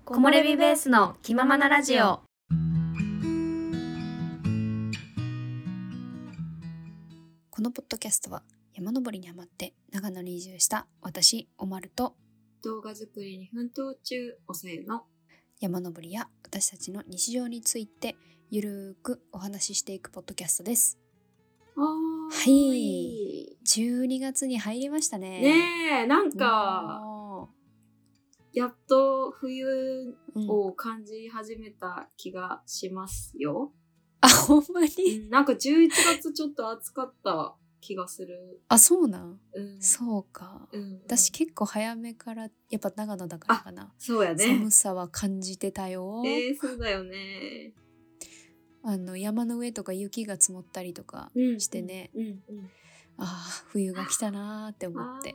木漏れ日ベースの気ままなラジオ。このポッドキャストは山登りにハマって長野に移住した私おまると動画作りに奮闘中おさゆの山登りや私たちの日常についてゆるーくお話ししていくポッドキャストです。はい、12月に入りましたね。 ねえ、なんかやっと冬を感じ始めた気がしますよ。 あ、ほんまに、 なんか11月ちょっと暑かった気がする。 あ、そうなん、そうか、私結構早めからやっぱ長野だからかな。 そうやね。 寒さは感じてたよ。 そうだよね。 山の上とか雪が積もったりとかしてね、ああ冬が来たなーって思って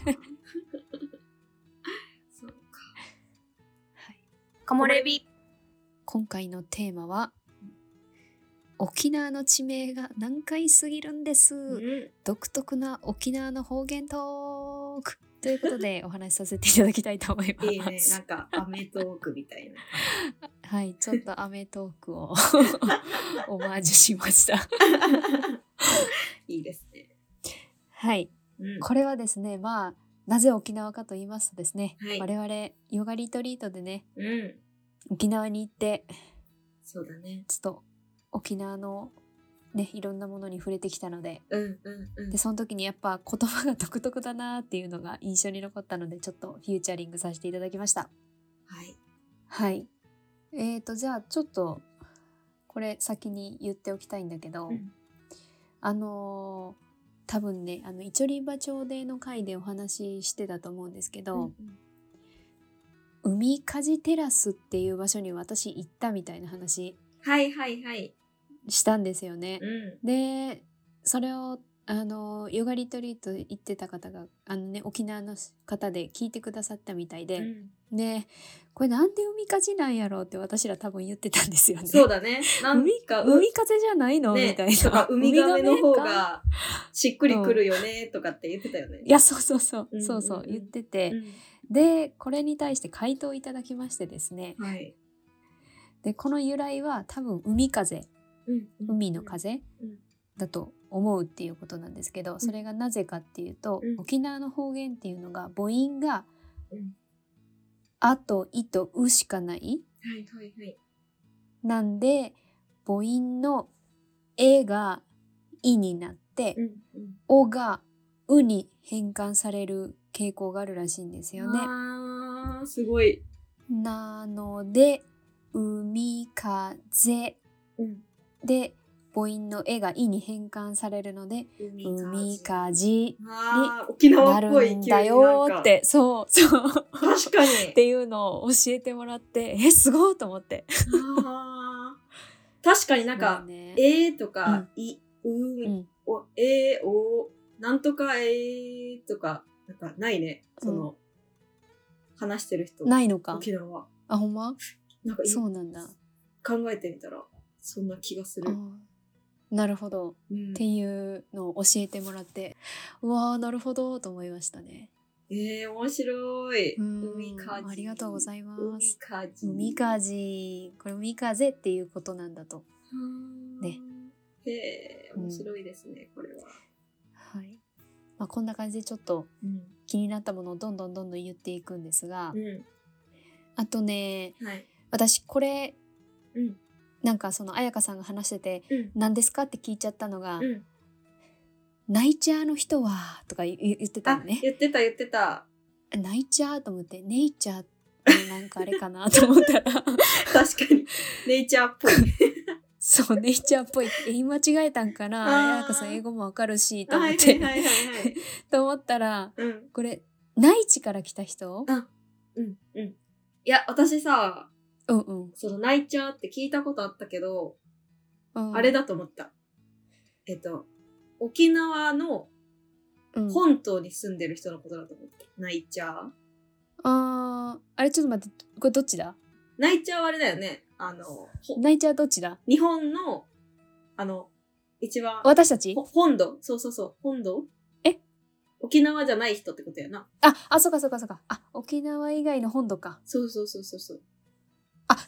そうか。 はい。 木漏れ日。 今回のテーマは沖縄の地名が難解すぎるんです、独特な沖縄の方言トークということでお話しさせていただきたいと思います。 いいね、なんかアメトークみたいなはい、ちょっとアメトークをオマージュしましたいいですね。 はい、これはですね、なぜ沖縄かと言いますとですね、我々ヨガリトリートでね、沖縄に行って、 そうだね、 ちょっと沖縄のね、いろんなものに触れてきたので、でその時にやっぱ言葉が独特だなっていうのが印象に残ったので、ちょっとフューチャリングさせていただきました。はい。じゃあちょっとこれ先に言っておきたいんだけど、多分ね、イチョリバ町での回でお話ししてたと思うんですけど、海かじテラスっていう場所に私行ったみたいな話したんですよね。でそれをヨガリトリート行ってた方が沖縄の方で聞いてくださったみたいで、でこれなんで海風なんやろうって私ら多分言ってたんですよね。 そうだね、なんか海風じゃないの、みたいな、とかウミガメの方がしっくりくるよねとかって言ってたよね。 いやそう言ってて、でこれに対して回答いただきましてですね、でこの由来は多分海風、海の風、だと思うっていうことなんですけど、それがなぜかっていうと、沖縄の方言っていうのが母音があといとうしかない、なんで母音のえがいになって、おがうに変換される傾向があるらしいんですよね。 すごい。 なので海風、で母音のえがいに変換されるので海かじになるんだよって、そう確かにっていうのを教えてもらって、すごいと思って確かになんか、とか、お、なんとかとか、なんかないね。その、話してる人。 ないのか。 沖縄。 あ、ほんま？ なんかそうなんだ。 考えてみたら、そんな気がする。 なるほど、っていうのを教えてもらって、うわー、なるほどと思いましたね。 面白い。 海風。ありがとうございます。海風。これ海風っていうことなんだと。ね。 面白いですね、これは。 はい。こんな感じでちょっと気になったものをどんどん言っていくんですが、あとね、私これ、なんかその彩香さんが話してて、何ですかって聞いちゃったのが、ナイチャーの人はとか言ってたのね。 言ってた。 ナイチャーと思って、ネイチャーってなんかあれかなと思ったら確かにネイチャーっぽいそう、ネイチャーっぽい。言い間違えたんかな、彩香さん英語もわかるしと思ってと思ったら、これ内地から来た人？ いや、私さ、そのナイチャーって聞いたことあったけど、あれだと思った。沖縄の本島に住んでる人のことだと思った。ナイチャー。 あれちょっと待って、これどっちだ？ ナイチャーはあれだよね。 ナイチャーどっちだ？ 日本の一番私たち？ 本土。そう本土。沖縄じゃない人ってことやな。 そうか。沖縄以外の本土か。 そう。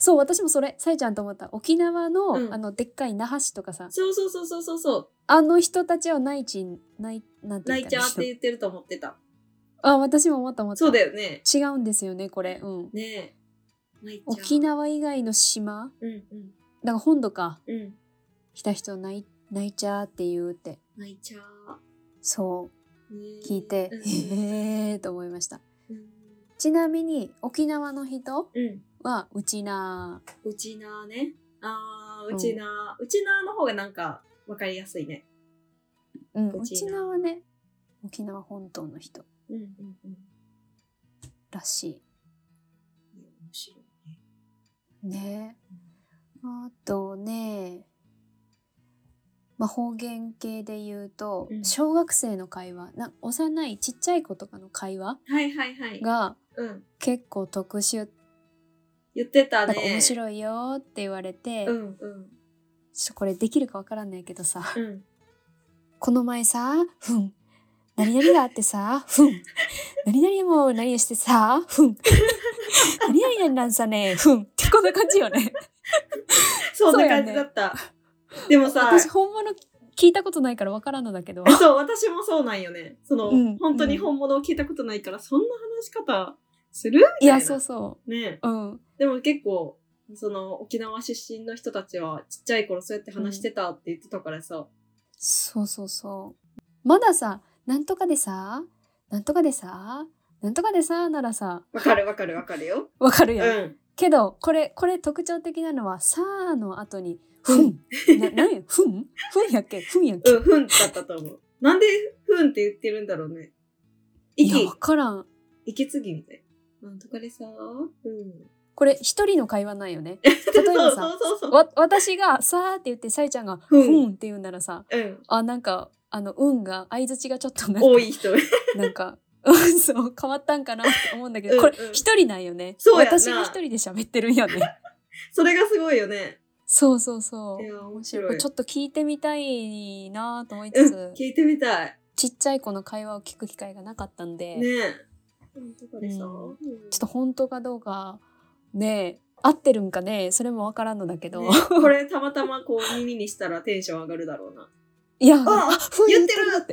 そう私もそれさえちゃんと思った。沖縄の、 うん、 でっかい那覇市とかさ、 そうそうそうそうそうそう。 あの人たちは内地なんて言ったらいいナイチャーっての。 言ってると思ってた。 あ、私も思った思っそうた。 だよね。 違うんですよねこれ。うん。 ねえ。ナイチャー。 沖縄以外の島、 うんうん。 だから本土か。 うん。 来た人ナイチャーって言うって。 ナイチャー。 そうね聞いて、 うんへーと思いました。 うんちなみに沖縄の人うん。 はうちなうちなね。あー、 うんうちな。うちなの方がなんかわかりやすいね。 うん、 うちなうちなはね沖縄本島の人うんうんうん。 らし面白いね。 いね。あとね、まあ、方言系で言うと、 うん小学生の会話幼いちっちゃい子とかの会話はいはいはい。 がうん。 結構特殊、 言ってたね。 なんか面白いよって言われて、 うんうん。 ちょっとこれできるかわからんないけどさ、 うん。 この前さ、何々があってさ、何々も何してさ、何々なんさね、ってこんな感じよね。 そんな感じだった。でもさ、 私本物聞いたことないからわからんのだけど。 そう、私もそうなんよね。本当に本物を聞いたことないから、そんな話し方するみたいな。 いや、そうそう。 ね。 うん。 でも結構、沖縄出身の人たちはちっちゃい頃そうやって話してたって言ってたからさ。 そうそうそう。まださ、なんとかでさ、なんとかでさ、なんとかでさ、ならさ。 わかるよ。 わかるよ。 うん。 けど、これ特徴的なのは、さーの後に、なんや、やっけやっけ。 だったと思う。なんでって言ってるんだろうね。 いや、わからん。 息継ぎみたいな。なんとかでさ、 これ一人の会話なんよね。例えばさ、私がさーって言って、さえちゃんがって言うならさ、なんか、が、相槌がちょっとなんか、 多い人。 なんか、そう、変わったんかなって思うんだけど、これ一人なんよね。 そうやな。 私が一人で喋ってるんよね。 それがすごいよね。 そうそうそう。 いや、面ち白い。 ょっと聞いてみたいなと思いつつ、 聞いてみたい。 ちっちゃい子の会話を聞く機会がなかったんで、 ねえ。ちょっと本当かどうか、ね合ってるんかね、それもわからんのだけど。 ね、これたまたまこう耳にしたらテンション上がるだろうな。 いや、 言ってるって。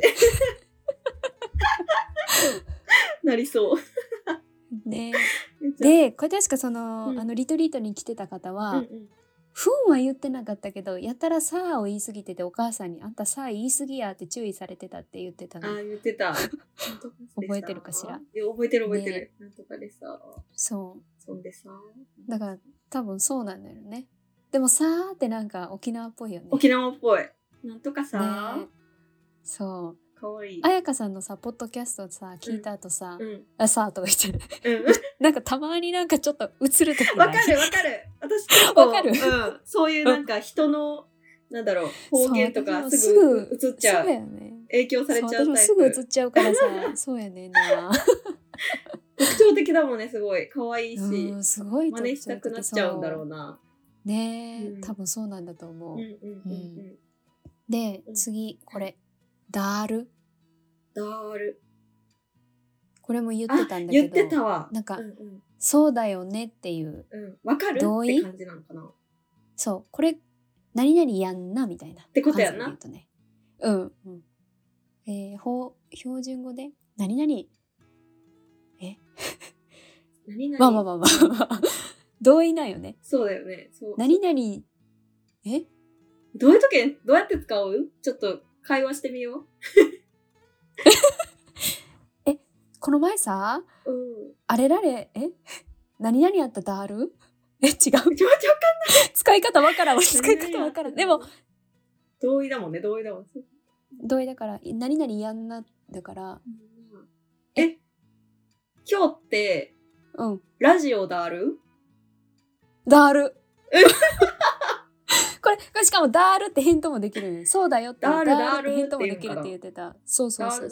なりそう。 ねで、これ確かリトリートに来てた方は、は言ってなかったけど、やたらさーを言い過ぎてて、お母さんにあんたさー言い過ぎやって注意されてたって言ってたの。 言ってた。 覚えてるかしら。 いや、覚えてる。なんとかでさ。 そう。 そんでさ。 だから多分そうなんだよね。でもさーってなんか沖縄っぽいよね。 沖縄っぽい。なんとかさ。 ね、そう。 かわいい。 彩香さんのさ、ポッドキャストさ、聞いた後さ、さーとか言ってる。 なんかたまになんかちょっと映るときわかる。私結構、 わかる。 そういうなんか人の、なんだろう、方言とかすぐ映っちゃう。 そうやね。 影響されちゃうタイプ。 私もすぐ映っちゃうからさ、そうやねんな。 特徴的だもんね、すごい。可愛いし。 すごい真似したくなっちゃうんだろうな。 ねえ、多分そうなんだと思う。で、次、これ。ダール。これも言ってたんだけど。 言ってたわ。 なんか、そうだよねっていう。 わかるって感じなのかな。 そう。これ、何々やんなみたいな。 ってことやな。 標準語で何々 まあ。同意なんよね。 そうだよね。 何々 どういう時どうやって使う？ちょっと会話してみよう。 この前さ、あれ何々やったダール？違う。使い方わからん。でも同意だもんね。同意だから何々やんなだから。 今日ってラジオダール？ ダール。これしかもダールって返答もできるね。そうだよって。ダールって返答もできるって言ってた。そう。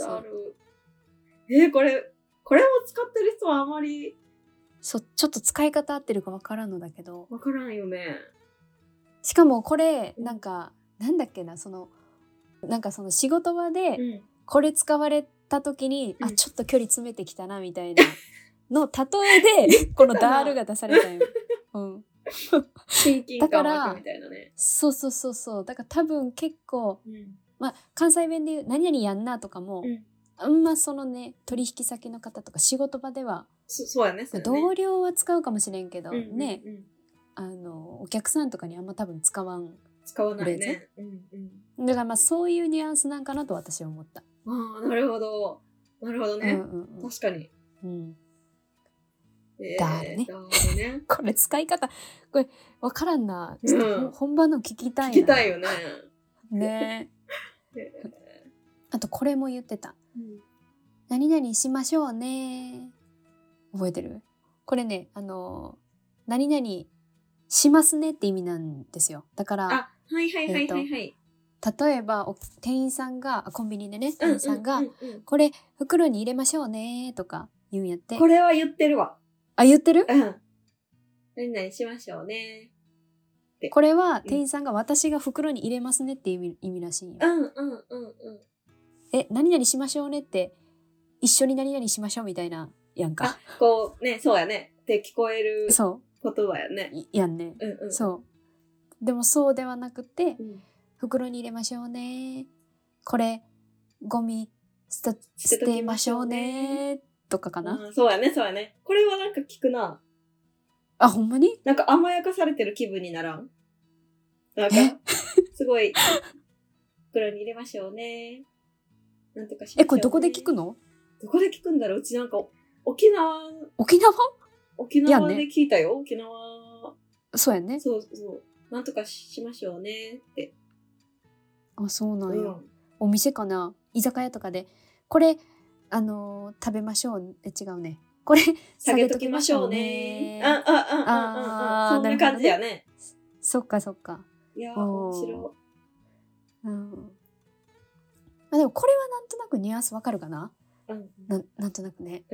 これも使ってる人はあまりちょっと使い方合ってるかわからんのだけど。 わからんよね。 しかもこれなんかなんだっけな、なんか仕事場でこれ使われた時に、ちょっと距離詰めてきたなみたいなの例えでこのダールが出されたよ。 親近感湧くみたいなね。 そうそうそうそう。だから多分結構、まあ関西弁で言う何々やんなとかも、あんまそのね取引先の方とか仕事場ではそうやね。 同僚は使うかもしれんけど、ね、お客さんとかにあんま多分使わないね。だからまあそういうニュアンスなんかなと私は思った。 ああ、なるほど。なるほどね。確かに。 だね。これ使い方、これ分からんな。ちょっと本場の聞きたいな。 聞きたいよね。 ね。あとこれも言ってた。何々しましょうね。覚えてる？これね、何々しますねって意味なんですよ。だから、例えば店員さんがコンビニでね、店員さんがこれ袋に入れましょうねとか言うんやって。 これは言ってるわ。 あ、言ってる？ 何々しましょうね。 これは店員さんが私が袋に入れますねって意味らしいんよ。何々しましょうねって一緒に何々しましょうみたいなやんか。 こうね、そうやねって聞こえる言葉やね。 やんね。そう。でもそうではなくて、袋に入れましょうね。これゴミ捨てましょうねとかかな。 そうやね、そうやね。これはなんか聞くな。 あ、ほんまに？ なんか甘やかされてる気分にならん？なんかすごい袋に入れましょうね。なんとかしましょうね。 これどこで聞くの？ どこで聞くんだろう。うちなんか沖縄で聞いたよ。沖縄。 そうやね。 そう。なんとかしましょうねって。 あ、そうなんや。お店かな？居酒屋とかでこれ食べましょう。違うね。これ下げときましょうね。そんな感じやね。 そっか。 いや、面白い。 まあでもこれはなんとなくニュアンスわかるかな？なんとなくね。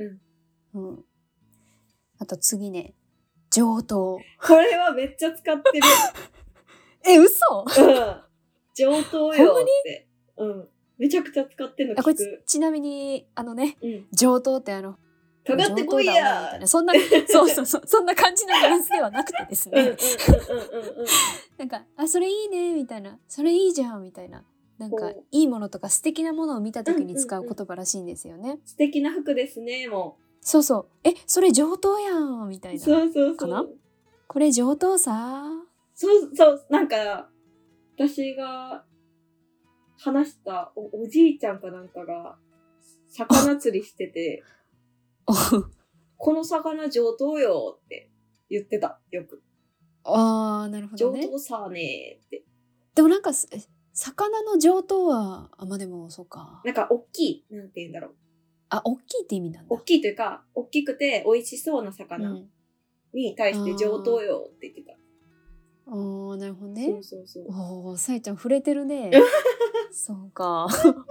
あと次ね、上等。 これはめっちゃ使って嘘？ る。上等よって。めちゃくちゃ使ってんの聞く。 これちなみに上等ってかかってこいや。 そんなそんな感じのニュアンスではなくてですね。なんかそれいいねみたいな、それいいじゃんみたいな。なんかいいものとか素敵なものを見た時に使う言葉らしいんですよね。 素敵な服ですね、もう。 そう。それ上等やんみたいな。 そうかな？これ上等さ。 そう。なんか私が話したおじいちゃんかなんかが魚釣りしてて、この魚上等よって言ってた、よく。 なるほどね。 上等さねって。 でもなんか魚の上等はでもそうか。 なんか大きい、なんて言うんだろう。 大きいって意味なんだ。 大きいというか、大きくて美味しそうな魚に対して上等よって言ってた。 なるほどね。 そう。 さえちゃん触れてるね。そうか。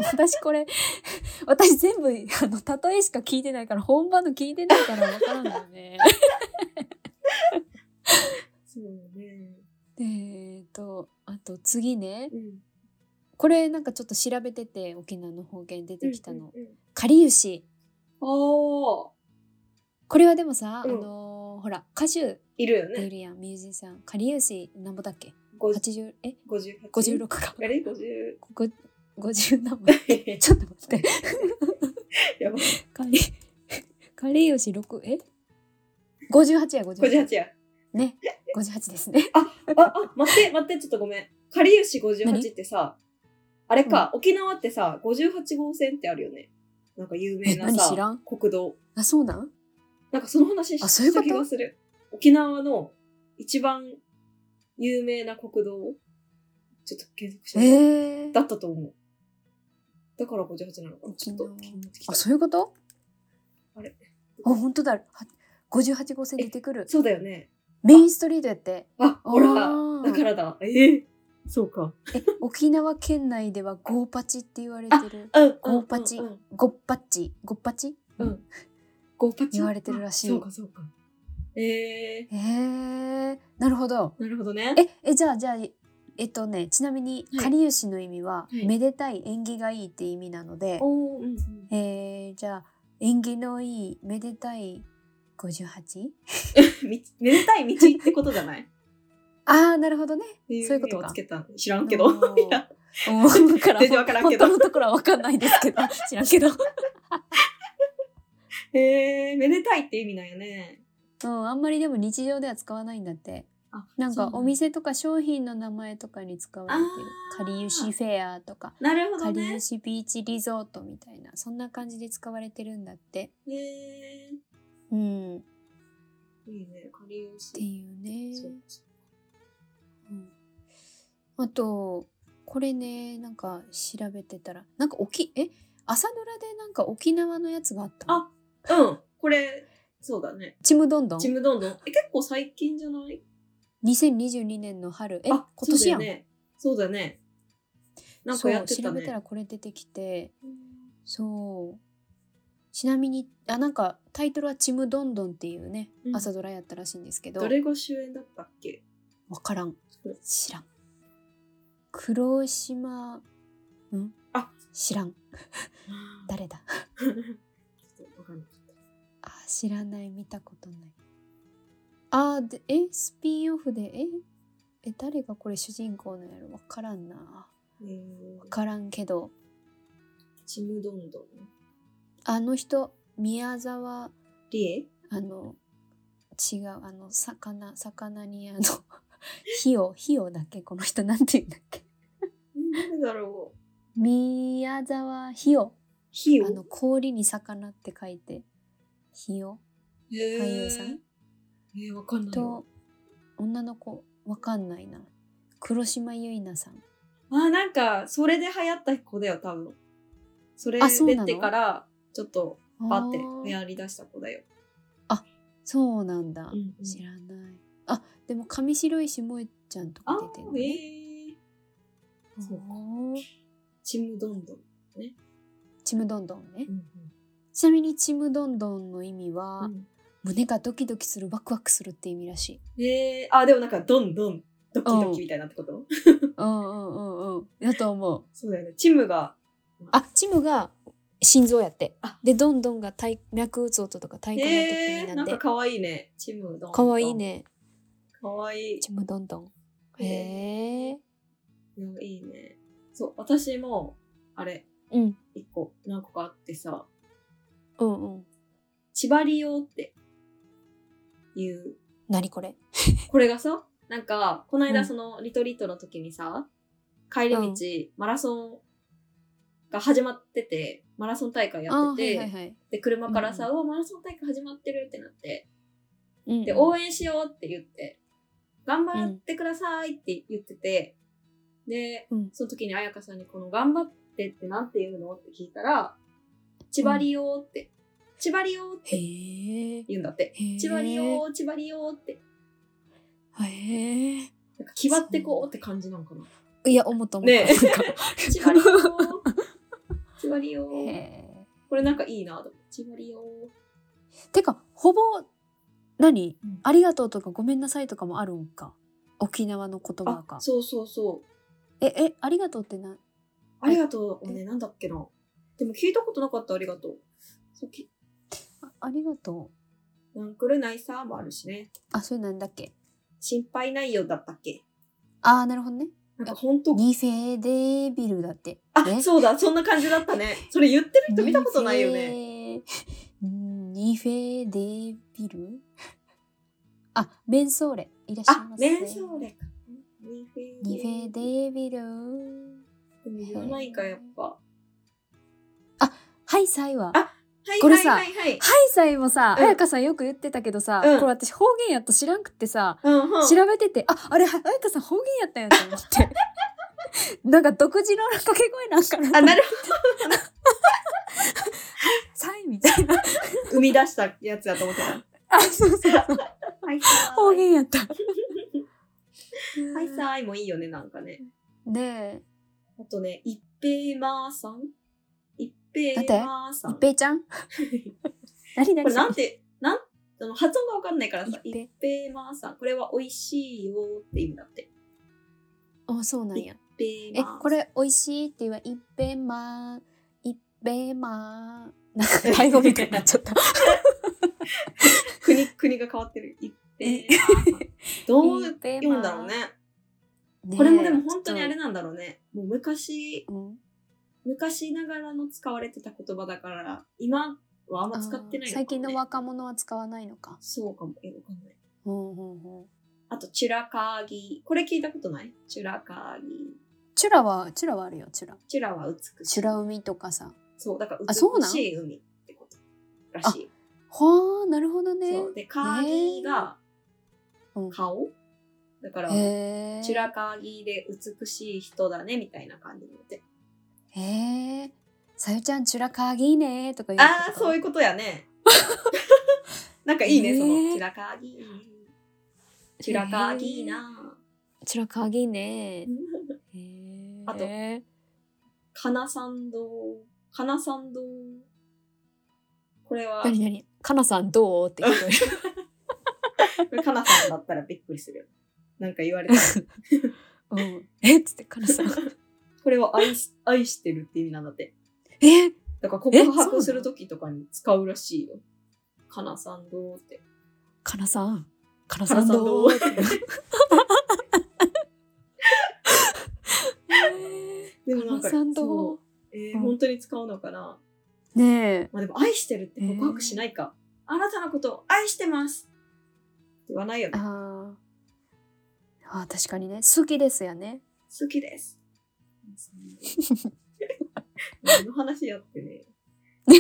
私全部例えしか聞いてないから本場の聞いてないから分からんだよね。 そうね。 あと次ね。これなんかちょっと調べてて沖縄の方言出てきたの。かりゆし。これはでもさ、ほら歌手いるよね。 いるやん、ミュージシャン。かりゆしなんぼだっけ？56か。 あれ 50何ぼちょっと待って。 やばい。 かりゆし58や。 58や。 ね。58ですね。 待って、ちょっとごめん。かりゆし58ってさ、あれか、沖縄ってさ、58号線ってあるよね。なんか有名なさ、国道。 あ、そうなん？ なんかその話した気がする。沖縄の一番有名な国道ちょっと検索して、だったと思う。だから58なのかな。ちょっと気になってきた。 そういうこと？ あれ？ 本当だ。58号線出てくる。 そうだよね。 メインストリートやって。 ほら、だからだ。そうか。 沖縄県内ではゴーパチって言われてる。ゴーパチ、ゴッパッチ、ゴッパチ？ ゴーパチ言われてるらしい。 そうか。 なるほど。 なるほどね。 じゃあちなみにかりゆしの意味は、めでたい、縁起がいいって意味なので、じゃあ縁起のいいめでたい 58？ めでたい道ってことじゃない？ ああ、なるほどね。 っていうそういうことか。 意味をつけた。知らんけど。いや、 全然わからんけど。 本当のところはわかんないですけど、知らんけど。 めでたいって意味なんよね。 あんまりでも日常では使わないんだって。なんかお店とか商品の名前とかに使われてる。かりゆしフェアとか、 なるほどね。 かりゆしビーチリゾートみたいな、そんな感じで使われてるんだって。うん。 いいね、かりゆし。 っていうね。うん、あとこれね、なんか調べてたらなんか朝ドラでなんか沖縄のやつがあった。 あ、うん、これそうだね。 ちむどんどん。 結構最近じゃない？ 2022年の春。今年やん。 そうだね。なんかやってたね。 そう調べたらこれ出てきて、そうちなみになんかタイトルはちむどんどんっていうね、朝ドラやったらしいんですけど、 誰が主演だったっけ？わからん。知らん。黒島知らん。誰だ知らない、見たことない。スピンオフで誰がこれ主人公のやろ、わからんな。わからんけど。 ちむどんどん。 あの人、宮沢りえ？ 違う、魚にひよだっけ、この人なんて言うんだっけ。 誰だろう。宮沢ひよ。氷に魚って書いてひよ。俳優さん。 わかんないよ。 と女の子わかんないな。黒島結菜さん。 なんかそれで流行った子だよ多分。それ出てからちょっとバって流行り出した子だよ。 あ、そうなんだ。知らない。でも上白石萌音ちゃんとか出てるのね。 そうか。ちむどんどんね。 ちむどんどんね。ちなみにちむどんどんの意味は、胸がドキドキする、ワクワクするって意味らしい。 でもなんかどんどんドキドキみたいなってこと？ やと思う。 そうだよね。チムが心臓やって。でどんどんが脈打つ音とか太鼓の音って意味なんで。 なんか可愛いね。ちむどんどん。 可愛いね。 可愛い。 ちむどんどん。 いやいいね。そう、私もあれ一個何個かあってさ。ちばりよっていう。 何これ？ これがさ、なんかこの間そのリトリートの時にさ、帰り道マラソンが始まってて、マラソン大会やってて、で車からさ、マラソン大会始まってるってなって、で応援しようって言って、頑張ってくださいって言ってて、で、その時に彩香さんにこの頑張ってってなんて言うのって聞いたら、ちばりよって。ちばりよって言うんだって。ちばりよちばりよって。なんか気張ってこうって感じなんかな。 いや、思ったね。 ちばりよちばりよこれなんかいいなと思って。ちばりよてか、ほぼ、ありがとうとかごめんなさいとかもあるんか。沖縄の言葉か。 そうそうそう。 ありがとうってありがとうね、なんだっけな。でも聞いたことなかった、ありがとう。 ありがとう。なんくるないさもあるしね。 それなんだっけ？ 心配ないよだったっけ？ なるほどね。 なんか本当ニフェデビルだって。 そうだ、そんな感じだったね。それ言ってる人見たことないよね。 ニフェデビル？メンソーレ。いらっしゃいませ。 メンソーレか。 ニフェデビル。 でも言わないか、やっぱ。 ハイサイは。 これさ、ハイサイもさ、彩香さんよく言ってたけどさ、これ私方言やと知らんくってさ、調べてて、あれ、彩香さん方言やったんやと思って。なんか独自の掛け声なんかな。 なるほど。 サイみたいな。 生み出したやつやと思ってた。 そう。方言やった。 ハイサイもいいよね、なんかね。 ねえ。 あとね、一平まーさん一平まーさん。 一平ちゃん何これ発音がわかんないからさ、一平まーさん。これは美味しいよって意味だって。 そうなんや。これ美味しいって言うわ、一平まー、一平まー。なんかタイ語みたいになっちゃった。 国が変わってる。一平まーさん。 どう読むんだろうね。これもでも本当にあれなんだろうね。もう昔ながらの使われてた言葉だから、今はあんま使ってないのかもね。 最近の若者は使わないのか。 そうかも。わかんない。あと、チュラカーギ。これ聞いたことない？チュラカーギ。 チュラはあるよ、チュラ。 チュラは美しい。 チュラ海とかさ。 そう、だから美しい海ってことらしい。 はあ、なるほどね。 そう。で、カーギが顔、だから、チュラカーギで美しい人だね、みたいな感じで。 へえ。さゆちゃん、チュラカーギーねとか言う。 ああ、そういうことやね。なんかいいね、その、チュラカーギー。チュラカーギーな。 チュラカーギーね。 あと、カナサンド。これは。 何カナさんどうって聞こえる。カナさんだったらびっくりするよ。なんか言われたら。 えっつってカナさん。 これは愛してるって意味なんだって。だから告白するときとかに使うらしいよ。カナさんどうって。 カナさんどうって。 でもなんかそう、本当に使うのかな。 ねえ。 まあでも愛してるって告白しないか。あなたのことを愛してますって言わないよね。 確かにね。好きですよね。 好きです。何の話やってね。面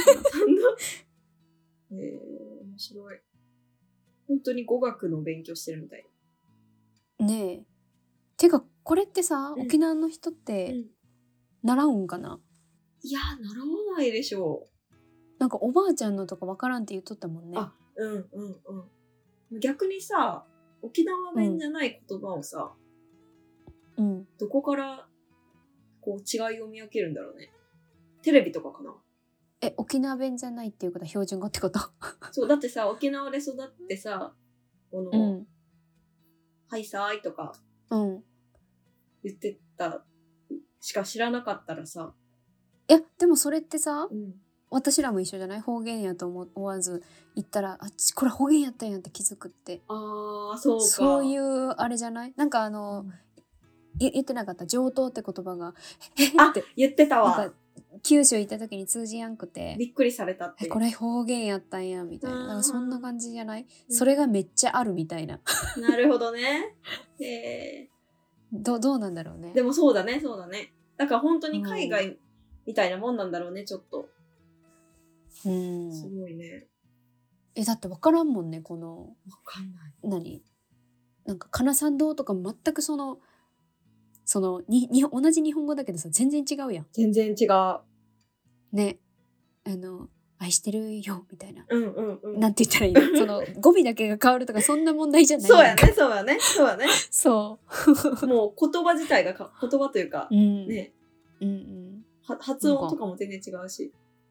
白い。本当に語学の勉強してるみたい。 ねえ。てかこれってさ、沖縄の人って習うんかな？ いや、習わないでしょう。 なんかおばあちゃんのとかわからんって言っとったもんね。 逆にさ、沖縄弁じゃない言葉をさ、どこからこう違いを見分けるんだろうね。テレビとかかな。 沖縄弁じゃないっていうことは標準語ってこと？ そう、だってさ、沖縄で育ってさ、はいさーいとか言ってたしか知らなかったらさ。 いや、でもそれってさ、私らも一緒じゃない？方言やと思わず言ったら、これ方言やったんやって気づくって。 そうか。 そういうあれじゃない？なんか言ってなかった？上等って言葉がって言ってたわ。 九州行った時に通じやんくてびっくりされたって。 これ方言やったんやみたいな。だからそんな感じじゃない？それがめっちゃあるみたいな。 なるほどね。 どうなんだろうね。 でもそうだね。だから本当に海外みたいなもんなんだろうね、ちょっと。すごいね。 だって分からんもんね、この。 分かんない。 なんか、かなさんどうとか全く同じ日本語だけどさ、全然違うやん。 全然違う。 ね。愛してるよ、みたいな。なんて言ったらいいの？その、語尾だけが変わるとか、そんな問題じゃない。 そうやね。 そう。 もう言葉自体が言葉というか、ね。発音とかも全然違うし。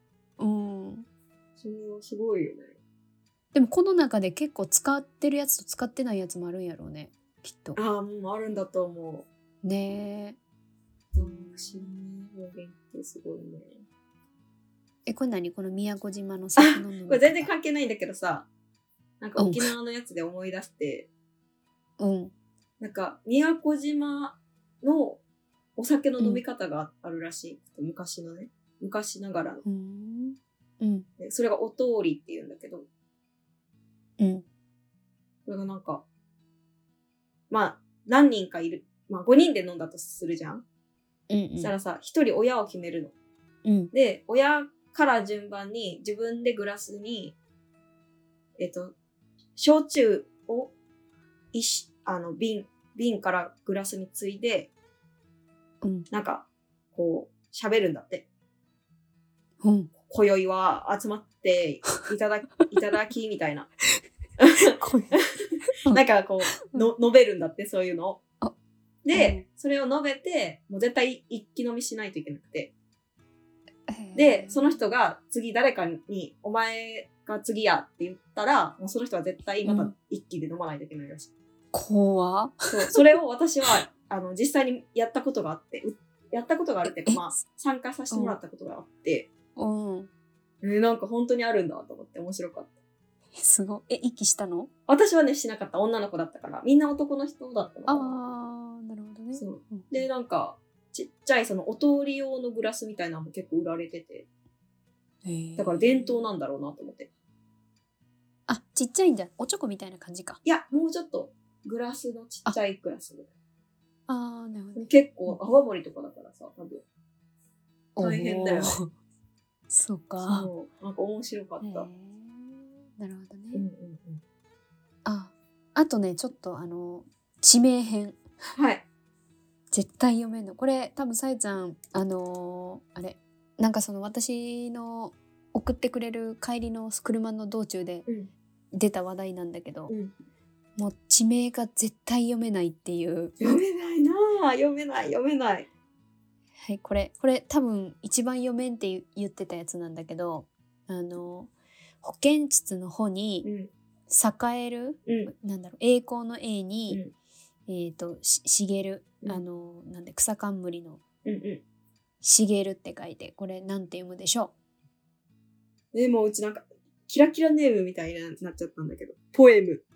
それはすごいよね。 でもこの中で結構使ってるやつと使ってないやつもあるんやろうね、きっと。 もうあるんだと思う。 ねえ。不思議ね。表現ってすごいね。 これ何？この宮古島の酒飲む。 これ全然関係ないんだけどさ、なんか沖縄のやつで思い出して、なんか宮古島のお酒の飲み方があるらしい。昔ながらの。でそれがお通りって言うんだけど、これがなんか、まあ、何人かいる。まあ、5人で飲んだとするじゃん。そしたらさ、1人親を決めるの。で、親から順番に自分でグラスに、焼酎を瓶からグラスについで、なんか、こう、喋るんだって。今宵は集まっていただきみたいな。なんかこう述べるんだって、そういうのを。で、それを述べて、もう絶対一気飲みしないといけなくて。で、その人が次誰かに、お前が次やって言ったら、もうその人は絶対また一気で飲まないといけないらしい。 怖っ。 それを私は、実際にやったことがあって、まあ、参加させてもらったことがあって、なんか本当にあるんだと思って面白かった。 すごい。息したの？ 私はね、しなかった。女の子だったから。みんな男の人だったのかな。 ああ、なるほどね。 そう。で、なんか、ちっちゃいそのお通り用のグラスみたいなのも結構売られてて。だから伝統なんだろうなと思って。 あ、ちっちゃいんじゃ。おちょこみたいな感じか。 いや、もうちょっとグラスのちっちゃいグラスみたいな。ああ、なるほど、ね。 結構泡盛とかだからさ、多分。大変だよね。 そうか。 そう。なんか面白かった。 なるほどね。 うんうんうん。 あとね、ちょっと地名編。 はい。 絶対読めんの。これ多分さえちゃんあれなんかその私の送ってくれる帰りの車の道中で出た話題なんだけど、もう地名が絶対読めないっていう。 読めないなぁ。読めない。 はい、これ多分一番読めんって言ってたやつなんだけど、保健室の方に栄える、なんだろう、栄光の A に、茂る、なんで草冠の茂るって書いて、これなんて読むでしょう？もううちなんかキラキラネームみたいになっちゃったんだけど、ポエム。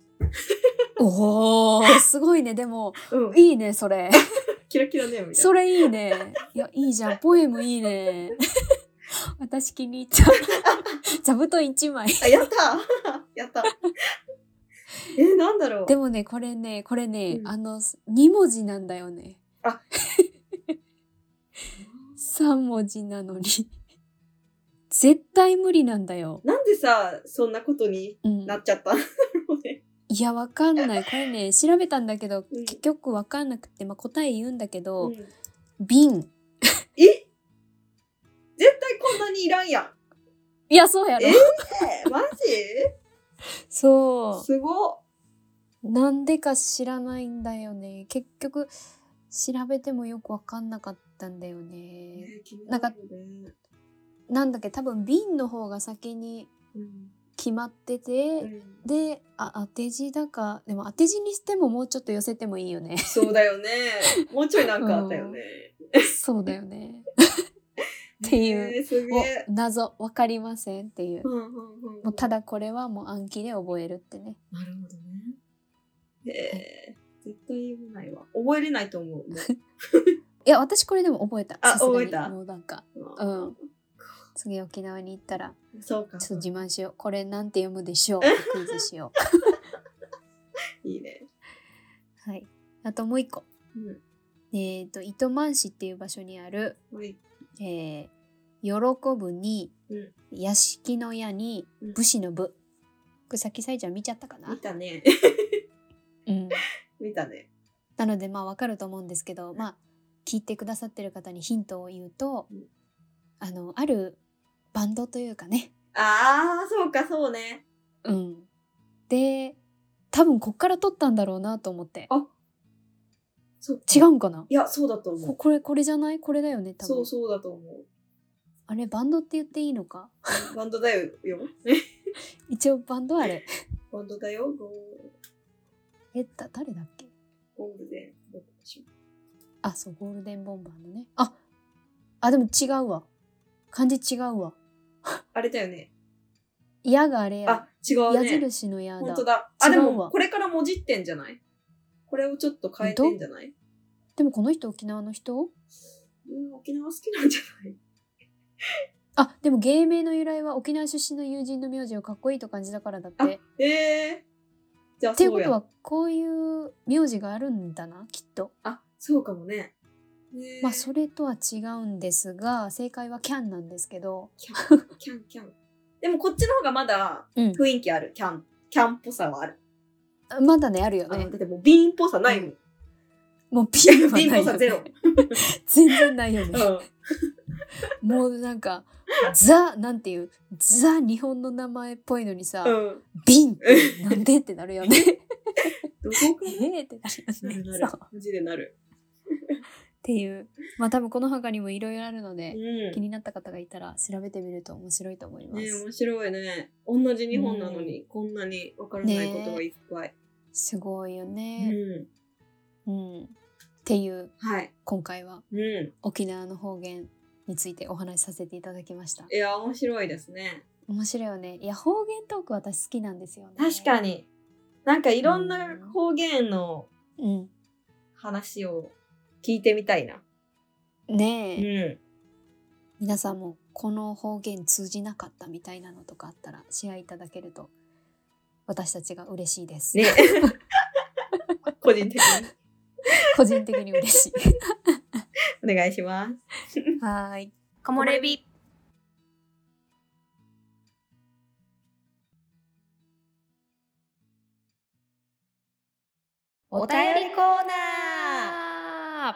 おー、すごいね。でも、いいねそれ。 キラキラネームみたいな。 それいいね。いや、いいじゃん。ポエムいいね。私気に入った。座布団1枚。 やったやった。なんだろう。 でもね、これね、2文字なんだよね。 あ 3文字なのに。絶対無理なんだよ。 なんでさ、そんなことになっちゃったのね。 いや、わかんない。これね、調べたんだけど、結局わかんなくて、答え言うんだけど、瓶。 絶対こんなにいらんやん。 いや、そうやろ。 マジ？ そう。 すごっ。 なんでか知らないんだよね。結局、調べてもよくわかんなかったんだよね。なんだっけ、多分瓶の方が先に決まってて、で、当て字だか、でも当て字にしてももうちょっと寄せてもいいよね。 そうだよね。もうちょいなんかあったよね。 そうだよね。っていう、 すげえ。 謎わかりませんっていう。もうただこれはもう暗記で覚えるってね。 なるほどね。絶対読めないわ。覚えれないと思う。 いや、私これでも覚えた。 覚えた。 もうなんか、次沖縄に行ったら、 そうか。 ちょっと自慢しよう。これなんて読むでしょう。クイズしよう。いいね。 はい。あともう一個。糸満市っていう場所にある、喜ぶに、屋敷の屋に、武士の武。これさっきさいちゃん見ちゃったかな？ 見たね。見たね。 なのでわかると思うんですけど、聞いてくださってる方にヒントを言うと、あるバンドというかね。 そうか、そうね。 で、多分こっから撮ったんだろうなと思って。 そう違うんかな？ いや、そうだと思う。 これじゃない？これだよね、多分。 そうだと思う。 あれ、バンドって言っていいのか？ バンドだよ。 一応バンドあれ。 バンドだよ。 誰だっけ？ ゴールデンボンバーでしょ。そう、ゴールデンボンバーのね。でも違うわ。漢字違うわ。 あれだよね。 矢があれや。 違うね。 矢印の矢だ。 本当だ。でもこれからもじってんじゃない？これをちょっと変えてんじゃない？ でもこの人沖縄の人？ 沖縄好きなんじゃない？ でも芸名の由来は沖縄出身の友人の名字をかっこいいと感じたからだって。 じゃあっていうことはこういう名字があるんだな、きっと。 そうかもね。 それとは違うんですが、正解はキャンなんですけど。 キャン。でもこっちの方がまだ雰囲気ある。キャンっぽさはある。 まだね、あるよね。 だってもう瓶っぽさないもん。 もう瓶はないよね。 瓶っぽさゼロ。 全然ないよね。もうなんかなんていうザ日本の名前っぽいのにさ、瓶ってなんでってなるよね。 どこかってなるよね。 マジでなる。 っていう多分この他にもいろいろあるので、気になった方がいたら調べてみると面白いと思います。 面白いね。同じ日本なのに、こんなにわからないことがいっぱい。 すごいよね。っていう、今回は、沖縄の方言についてお話しさせていただきました。 いや、面白いですね。 面白いよね。いや、方言トーク私好きなんですよね。 確かに。なんかいろんな方言の話を聞いてみたいな。 ねえ。皆さんもこの方言通じなかったみたいなのとかあったらシェアいただけると私たちが嬉しいです。ね個人的に。 個人的に嬉しい。 お願いします。 はい。 木漏れ日。お便りコーナ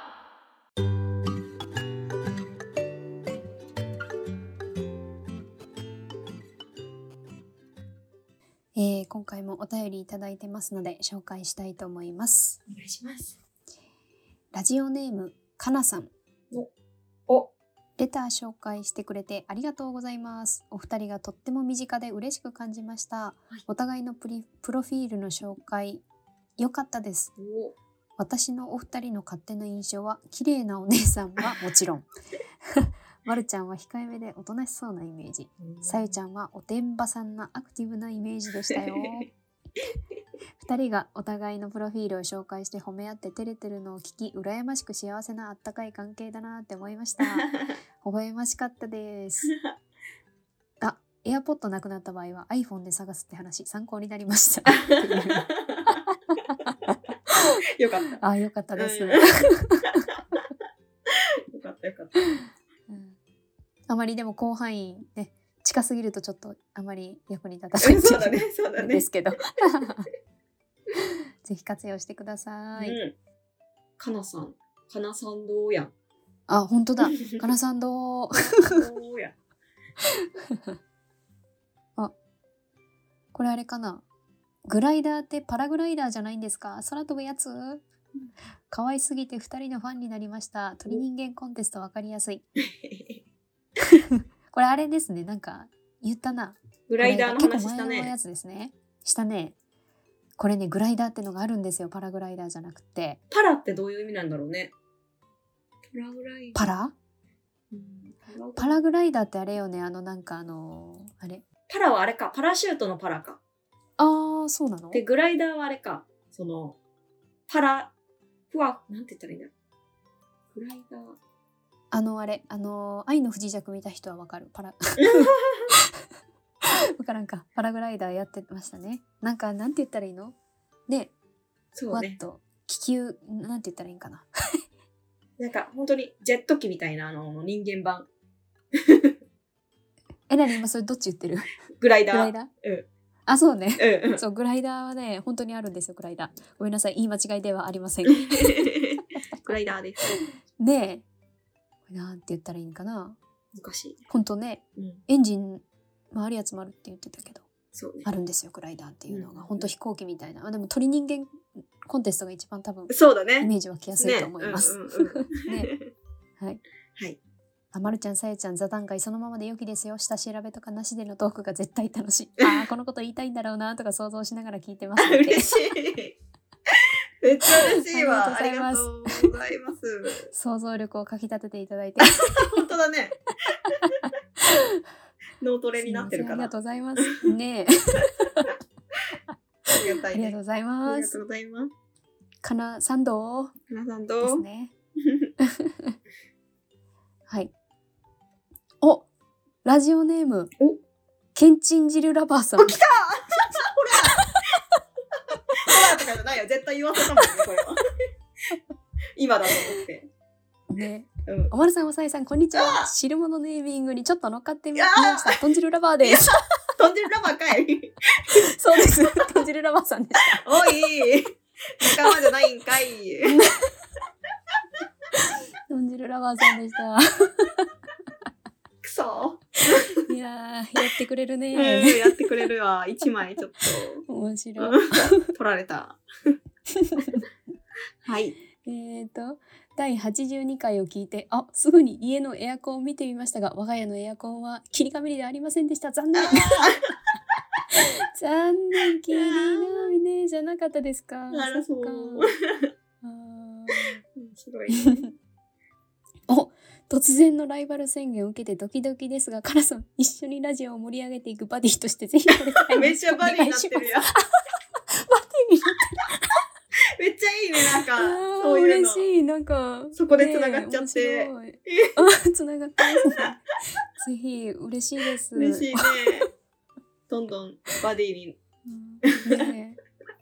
ー。今回もお便りいただいてますので紹介したいと思います。 お願いします。 ラジオネームかなさん。レター紹介してくれてありがとうございます。お二人がとっても身近で嬉しく感じました。はい、お互いのプロフィールの紹介良かったです。私のお二人の勝手な印象は綺麗なお姉さんはもちろんまるちゃんは控えめでおとなしそうなイメージ、さゆちゃんはおてんばさんなアクティブなイメージでしたよ。二人がお互いのプロフィールを紹介して褒め合って照れてるのを聞き、羨ましく幸せなあったかい関係だなって思いました。微笑ましかったです。あ、AirPod なくなった場合は iPhone で探すって話参考になりました。 よかった。 あ、よかったです。よかったよかった。 あまりでも広範囲ね、近すぎるとちょっとあまり役に立たないそうだね、そうだね。 ですけど。ぜひ活用してください。 かなさんどうやん。 あ、本当だ。かなさんどう。 や。 あ、これあれかな。グライダーってパラグライダーじゃないんですか？空飛ぶやつ？可愛すぎて2人のファンになりました。鳥人間コンテストわかりやすい。これあれですね。なんか言ったな。 グライダーの話したね。 結構前のやつですね。したね。これね、グライダーってのがあるんですよ。パラグライダーじゃなくて。 パラってどういう意味なんだろうね。 パラ？パラグライダーってあれよね。なんかあれ。 パラはあれか。パラシュートのパラか。 ああ、そうなの？ で、グライダーはあれか。その、パラ、なんて言ったらいいんだろう。グライダー。 あれ、愛の不時着見た人はわかる。パラ。わからんか。パラグライダーやってましたね。なんか、なんて言ったらいいの？で、 そうね。 気球、なんて言ったらいいんかな。 なんか、本当にジェット機みたいな人間版。 何今それどっち言ってる？ グライダー。 グライダー？ うん。 あ、そうね。 うん。 そう、グライダーはね、本当にあるんですよ、グライダー。ごめんなさい、言い間違いではありません。 グライダーです。 で、なんて言ったらいいんかな。 難しい。 本当ね、エンジン回るやつもあるって言ってたけど、 そうね、 あるんですよ、グライダーっていうのが。本当飛行機みたいな。でも鳥人間コンテストが一番多分、 そうだね。 イメージ湧きやすいと思います。ね。はい。 はい。 まるちゃん、さゆちゃん、座談会そのままで良きですよ。下調べとかなしでのトークが絶対楽しい。このこと言いたいんだろうなとか想像しながら聞いてます。 嬉しい。めっちゃ嬉しいわ。ありがとうございます。想像力をかき立てていただいて。 本当だね。脳トレになってるから。 ありがとうございます。ねえ。 ありがたいね。 ありがとうございます。 ありがとうございます。 かなさんどう？ かなさんどう？ ですね。はい。お、ラジオネーム。けんちん汁ラバーさん。 来た。ほら。ほらとかじゃないよ。絶対言わせたもんね、これは。今だと思って。 ね。おまるさん、おさえさん、こんにちは。汁物ネーミングにちょっと乗っかってみました。豚汁ラバーです。 豚汁ラバーかい。 そうです。豚汁ラバーさんでした。 おい。仲間じゃないんかい。 豚汁ラバーさんでした。 くそ。 いややってくれるね。 やってくれるわ。1枚ちょっと。 面白い。 取られた。はい。 第82回を聞いて、すぐに家のエアコンを見てみましたが、我が家のエアコンは霧ヶ面でありませんでした。残念。残念、霧ヶ面じゃなかったですか。 あら、そう。面白い。 突然のライバル宣言を受けてドキドキですが、カラさん、一緒にラジオを盛り上げていくバディとしてぜひこれからめっちゃバディになってるやん。 バディになってる。めっちゃいいね、なんか。 そういうの。嬉しい、なんか。 そこで繋がっちゃって。 繋がってますね。ぜひ、嬉しいです。 嬉しいね。どんどんバディに。ね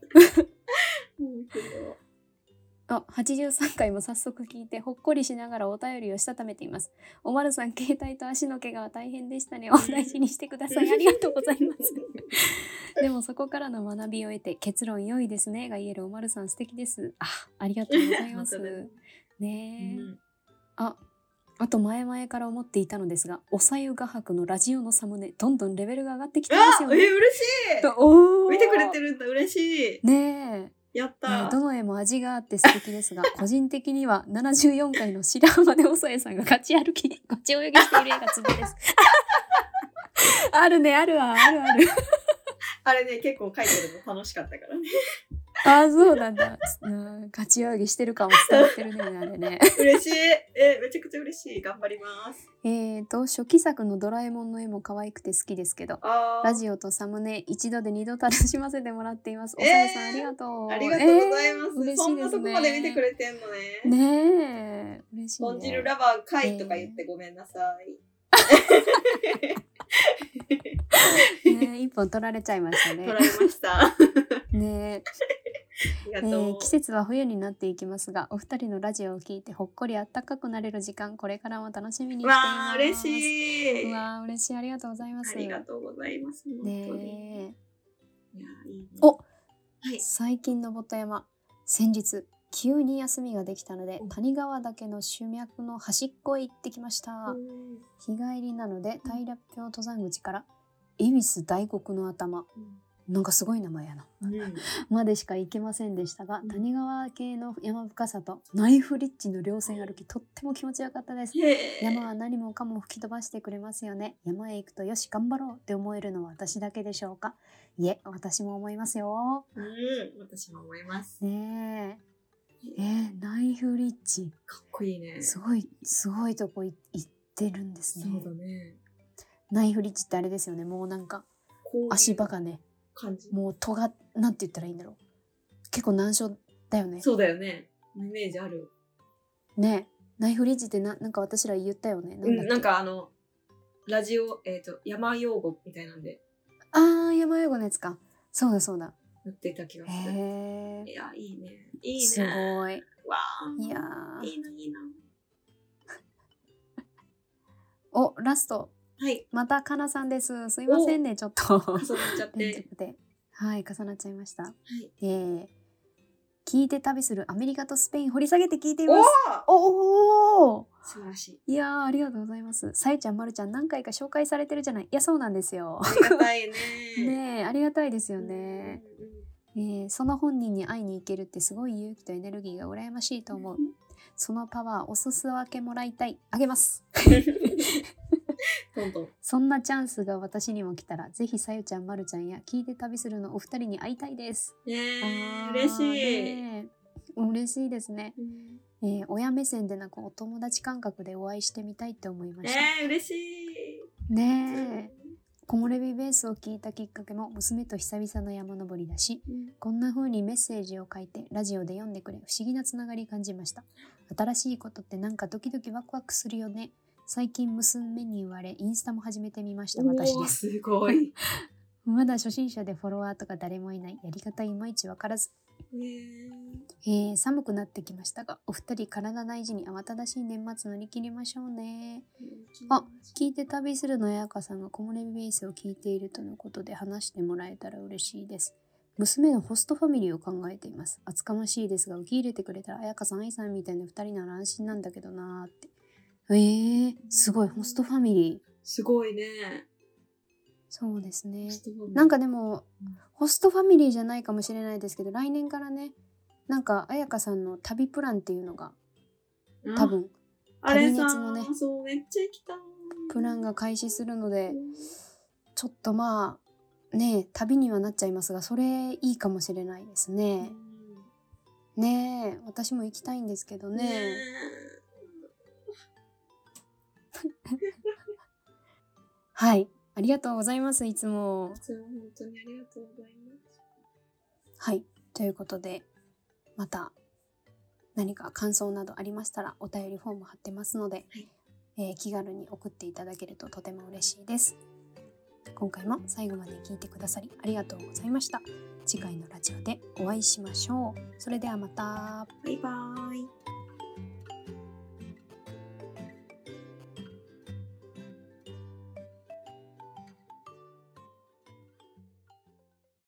83回も早速聞いてほっこりしながらお便りをしたためています。おまるさん、携帯と足の怪我は大変でしたね。お大事にしてください。ありがとうございます。でもそこからの学びを得て結論良いですねが言えるおまるさん素敵です。ありがとうございます。ねえ。あと前々から思っていたのですが、おさゆ画伯のラジオのサムネ、どんどんレベルが上がってきてますよね。 嬉しい。見てくれてるんだ、嬉しい。 ねえ。 やった、 どの絵も味があって素敵ですが、個人的には74回の白浜でおさえさんがガチ泳ぎしている絵がツボです。あるね、あるわ、あるある。 あれね、結構書いてるの楽しかったからね。 そうなんだ。ガチ泳ぎしてる感も伝わってるね、あれね。 嬉しい。めちゃくちゃ嬉しい。頑張ります。 初期作のドラえもんの絵も可愛くて好きですけど、ラジオとサムネ一度で2度楽しませてもらっています。おさえさん、ありがとう。 ありがとうございます。 嬉しいですね。 そんなとこまで見てくれてんのね。 ねえ、嬉しいね。 豚汁ラバー会とか言ってごめんなさい。 一本取られちゃいましたね。 取られました。 ね季節は冬になっていきますが、お二人のラジオを聞いてほっこりあったかくなれる時間、これからも楽しみにしています。 嬉しい。 嬉しい。ありがとうございます。 ありがとうございます。 ね。 いや、いいね。 最近登った山、先日急に休みができたので、谷川岳の主脈の端っこへ行ってきました。日帰りなので平標登山口から恵比寿大黒の頭、なんかすごい名前やな、までしか行けませんでしたが、谷川系の山深さとナイフリッジの稜線歩き、とっても気持ちよかったです。山は何もかも吹き飛ばしてくれますよね。山へ行くとよし頑張ろうって思えるのは私だけでしょうか。いえ、私も思いますよ。 私も思いますね。ナイフリッジかっこいいね。 すごいとこ行ってるんですね。 そうだね。 ナイフリッジってあれですよね。もうなんか足場がね、もうなんて言ったらいいんだろう。結構難所だよね。 そうだよね。イメージある。 ね、ナイフリッジってなんか私ら言ったよね。 なんかラジオ山用語みたいなんで。 山用語のやつか。そうだそうだ。 塗っていた気がする。いや、いいね。いいね。 すごい。 わいやいいな、いいな。 ラスト。 はい。 またかなさんです。すいませんね、ちょっと。 重なっちゃって。 はい、重なっちゃいました。 はい。 聞いて旅するアメリカとスペイン掘り下げて聞いています。 素晴らしい。いやー、ありがとうございます。さゆちゃん、まるちゃん、何回か紹介されてるじゃない。いや、そうなんですよ。 ありがたいね。 ねえ、ありがたいですよね。その本人に会いに行けるってすごい勇気とエネルギーが羨ましいと思う。そのパワーお裾分けもらいたい。あげます。そんなチャンスが私にも来たら、ぜひさゆちゃん、まるちゃんや聞いて旅するのお二人に会いたいです。 嬉しい。 嬉しいですね。親目線でなくお友達感覚でお会いしてみたいって思いました。 嬉しい。 ねえ。木漏れ日ベースを聞いたきっかけも娘と久々の山登りだし、こんな風にメッセージを書いてラジオで読んでくれ、不思議なつながり感じました。新しいことってなんかドキドキワクワクするよね。最近娘に言われインスタも始めてみました。私です。 すごい。 まだ初心者でフォロワーとか誰もいない。やり方いまいちわからず。寒くなってきましたが、お二人体大事に慌ただしい年末乗り切りましょうね。聞いて旅するのやかさんが木漏れ日ベースを聞いているとのことで話してもらえたら嬉しいです。娘のホストファミリーを考えています。厚かましいですが受け入れてくれたら彩香さん、愛さんみたいな二人なら安心なんだけどなーって。すごい、ホストファミリー。 すごいね。 そうですね。なんかでも、ホストファミリーじゃないかもしれないですけど、来年からね、なんか彩香さんの旅プランっていうのが、多分、旅熱のね、 そうめっちゃ行きたい。 プランが開始するので、ちょっとまあ、ね、旅にはなっちゃいますが、それいいかもしれないですね。ねえ、私も行きたいんですけどね。 はい、ありがとうございます。いつも。 本当にありがとうございます。 はい、ということでまた何か感想などありましたらお便りフォーム貼ってますので、気軽に送っていただけるととても嬉しいです。今回も最後まで聞いてくださりありがとうございました。次回のラジオでお会いしましょう。それではまた。 バイバーイ。